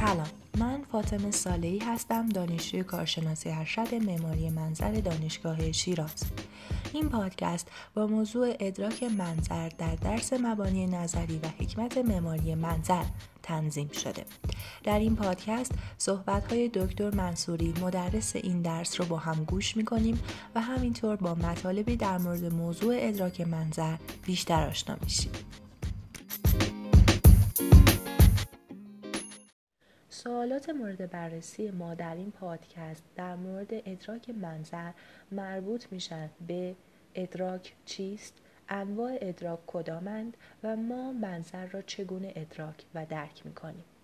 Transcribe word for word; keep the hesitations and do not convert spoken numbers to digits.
سلام، من فاطمه صالحی هستم، دانشجوی کارشناسی ارشد معماری منظر دانشگاه شیراز. این پادکست با موضوع ادراک منظر در درس مبانی نظری و حکمت معماری منظر تنظیم شده. در این پادکست صحبت‌های دکتر منصوری مدرس این درس رو با هم گوش می‌کنیم و همینطور با مطالبی در مورد موضوع ادراک منظر بیشتر آشنا میشیم. سوالات مورد بررسی ما در این پادکست در مورد ادراک منظر مربوط میشن به ادراک چیست، انواع ادراک کدامند و ما منظر را چگونه ادراک و درک میکنیم.